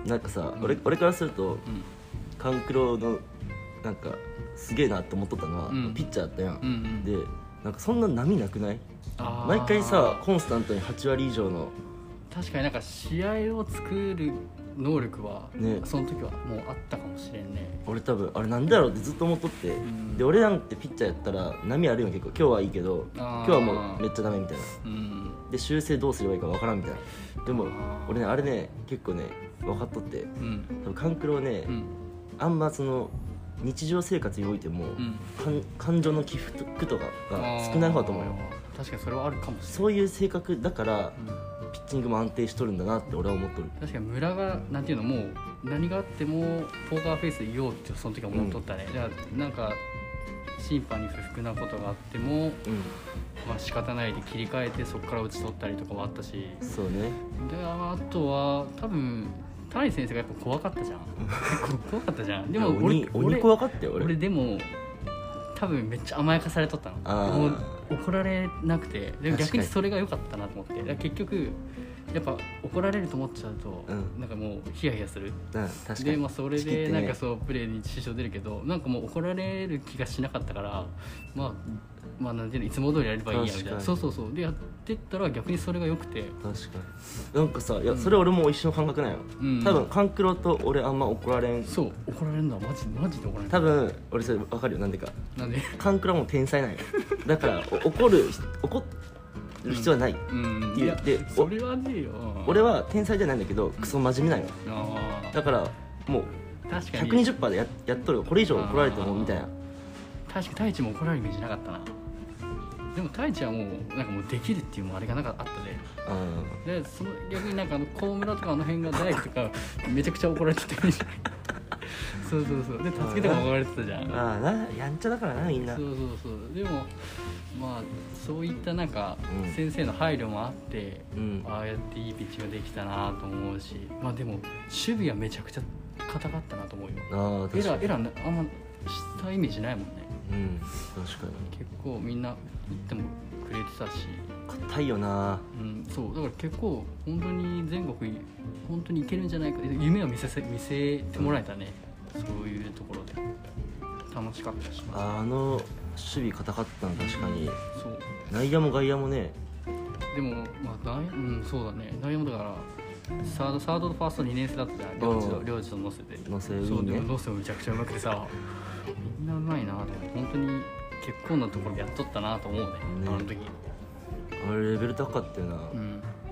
なんかさ、俺からすると、カンクロのなんかすげえなって思っとったのは、ピッチャーだったやん、でなんかそんな波なくない？毎回さコンスタントに8割以上の。 確かになんか試合を作る能力は、ね、その時はもうあったかもしれんね。 俺多分あれなんだろうってずっと思っとって、で俺なんてピッチャーやったら波あるよ結構。今日はいいけど今日はもうめっちゃダメみたいな、で修正どうすればいいか分からんみたいな。でも俺ねあれね結構ね分かっとって、多分カンクロね、あんまその日常生活においても、感情の起伏とかが少ない方だと思うよ。 確かにそれはあるかもしれない。 そういう性格だから、ピッチングも安定しとるんだなって俺は思っとる。 確かに村がなんていうの、もう何があってもポーカーフェイスでいようってその時は思っとったね。だからなんか審判に不服なことがあっても、まあ仕方ないで切り替えてそこから打ち取ったりとかもあったし。 そうね。 であとは多分谷先生がやっぱ怖かったじゃん怖かったじゃん。でも鬼怖かったよ俺でも多分めっちゃ甘やかされとったの。もう怒られなくて、でも逆にそれが良かったなと思って。だから結局やっぱ怒られると思っちゃうと、なんかもうヒヤヒヤする、 確かに。 で、まあ、それでなんかそうプレーに支障出るけど、なんかもう怒られる気がしなかったから、まあなんていうの、いつも通りやればいいやみたいな。そうでやってったら逆にそれが良くて。 確かに。なんかさ、いやそれ俺も一緒の感覚なんよ、多分カンクロと俺あんま怒られん。 そう怒られんだ、マジで怒られん。 多分俺それ分かるよ。なんでか。 なんで？ カンクロはもう天才なんよ。だから怒る必要はないっていう、でそれはねえよ。 俺は天才じゃないんだけどクソ真面目なんよ。だからもう 120% で やっとるよ。これ以上怒られてもみたいな。 確かに太一も怒られるイメージなかったな。でも太一はもうなんかもうできるっていうもあれがなかったで、その逆になんか高村とかあの辺が大工とかめちゃくちゃ怒られてたイメージそうで助けても怒られてたじゃん。 やんちゃだからなみんな。 そうでもまあそういったなんか先生の配慮もあって、ああやっていいピッチングができたなと思うし、まあでも守備はめちゃくちゃ硬かったなと思うよ。エラーあんましたイメージないもんね。 確かに。 結構みんな言ってもくれてたし。 硬いよな。 そうだから結構本当に全国本当にいけるんじゃないか、夢を見せてもらえたね、そういうところで楽しかったし。 守備硬かったの確かに。 そう内野も外野もね。 でもまあそうだね、内野もだからサードとファースト2年生だったじゃん。領事と乗せて乗せそうでも乗せもめちゃくちゃうまくてさ、みんなうまいなって本当に結構なところでやっとったなと思うね、あの時。 あれレベル高かったよな。